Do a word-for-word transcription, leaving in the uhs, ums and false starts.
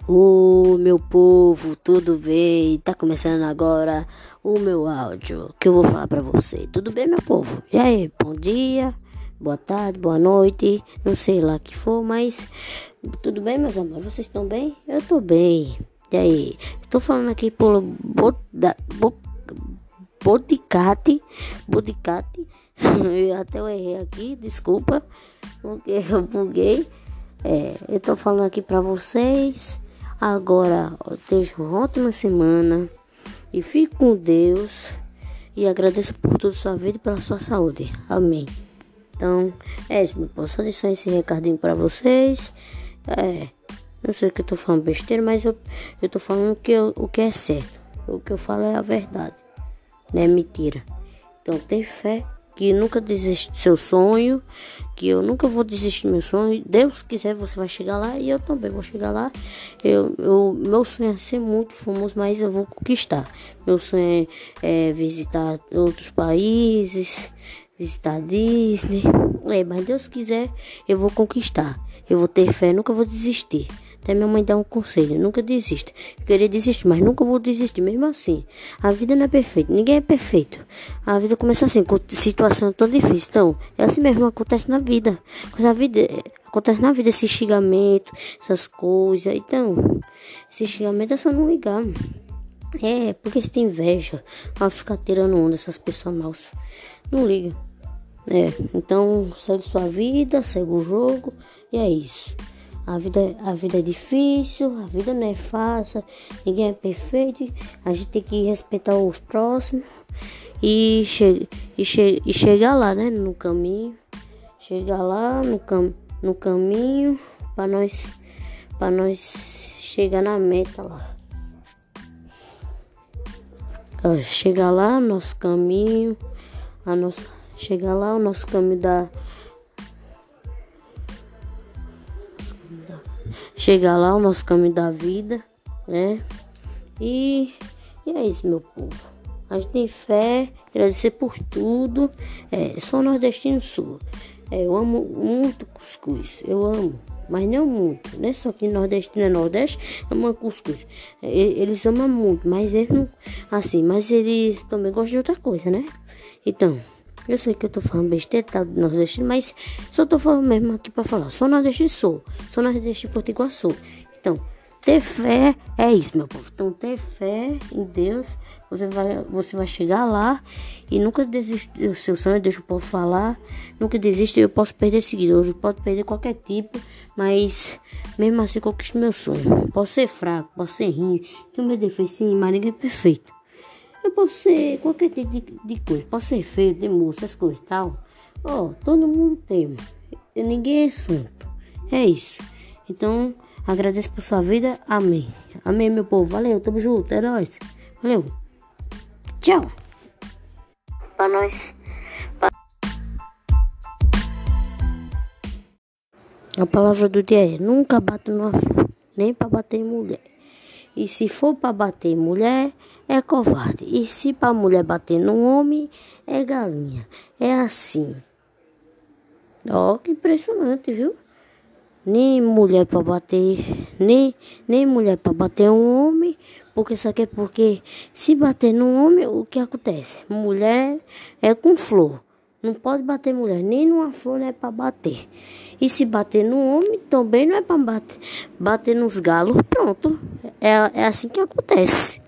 Ô meu povo, tudo bem? Tá começando agora o meu áudio que eu vou falar pra você. Tudo bem, meu povo? E aí, bom dia, boa tarde, boa noite, não sei lá o que for, mas tudo bem, meus amores? Vocês estão bem? Eu tô bem. E aí, estou falando aqui por Boda, Bo, Bodicate, Bodicate. Eu até eu errei aqui, desculpa, porque eu buguei. É, eu tô falando aqui pra vocês. Agora, tenha uma ótima semana e fique com Deus e agradeço por toda a sua vida e pela sua saúde. Amém. Então, é isso, meu povo. Só deixar esse recadinho pra vocês. É, não sei o que eu tô falando besteira, mas eu, eu tô falando que eu, o que é certo. O que eu falo é a verdade, não é mentira. Então, tem fé que nunca desiste do seu sonho, que eu nunca vou desistir do meu sonho. Deus quiser, você vai chegar lá e eu também vou chegar lá. Eu, eu, meu sonho é ser muito famoso, mas eu vou conquistar. Meu sonho é, é visitar outros países, visitar a Disney. É, mas Deus quiser, eu vou conquistar. Eu vou ter fé, nunca vou desistir. Até minha mãe dá um conselho, nunca desista. Eu queria desistir, mas nunca vou desistir, mesmo assim. A vida não é perfeita, ninguém é perfeito. A vida começa assim, com situação tão difícil. Então, é assim mesmo, acontece na vida. A vida acontece na vida, esse xingamento, essas coisas. Então, esse xingamento é só não ligar. É, porque você tem inveja, vai ficar tirando onda essas pessoas maus. Não liga. É, então, segue sua vida, segue o jogo, e é isso. A vida, a vida é difícil, a vida não é fácil, ninguém é perfeito, a gente tem que respeitar os próximos e, che e, che e chegar lá, né, no caminho, chegar lá no, cam no caminho para nós, para nós chegar na meta lá. Chegar lá, nosso caminho, a nossa, chegar lá, o nosso caminho da Chegar lá, o nosso caminho da vida, né? E, e é isso, meu povo. A gente tem fé, agradecer por tudo. É, sou nordestino sul. É, eu amo muito cuscuz. Eu amo, mas não muito. Não é só que nordestino é nordeste, ama cuscuz. É, eles amam muito, mas eles não. Assim, mas eles também gostam de outra coisa, né? Então. Eu sei que eu tô falando besteira, tá, do nordestino, mas só tô falando mesmo aqui pra falar. Sou nordestino, sou. Sou nordestino, potiguar, sou. Então, ter fé é isso, meu povo. Então, ter fé em Deus, você vai, você vai chegar lá e nunca desiste do seu sonho, deixa o povo falar. Nunca desiste, eu posso perder seguidores, eu posso perder qualquer tipo, mas mesmo assim conquisto meu sonho. Posso ser fraco, posso ser ruim, tenho meu defeito sim, mas ninguém é perfeito. Eu posso ser qualquer tipo de, de coisa. Posso ser feio, de moça, essas coisas e tal. Ó, oh, todo mundo tem. Ninguém é santo. É isso. Então, agradeço por sua vida. Amém. Amém, meu povo. Valeu, tamo junto. É nóis. Valeu. Tchau. Pra nós. Pra... A palavra do dia é: nunca bata numa flor, nem pra bater em mulher. E se for para bater em mulher, é covarde. E se para mulher bater num homem, é galinha. É assim. Ó, que impressionante, viu? Nem mulher para bater, nem, nem mulher para bater um homem. Porque isso aqui é porque se bater num homem, o que acontece? Mulher é com flor. Não pode bater mulher, nem numa flor não é para bater. E se bater no homem, também não é para bater. Bater nos galos, pronto. É, é assim que acontece.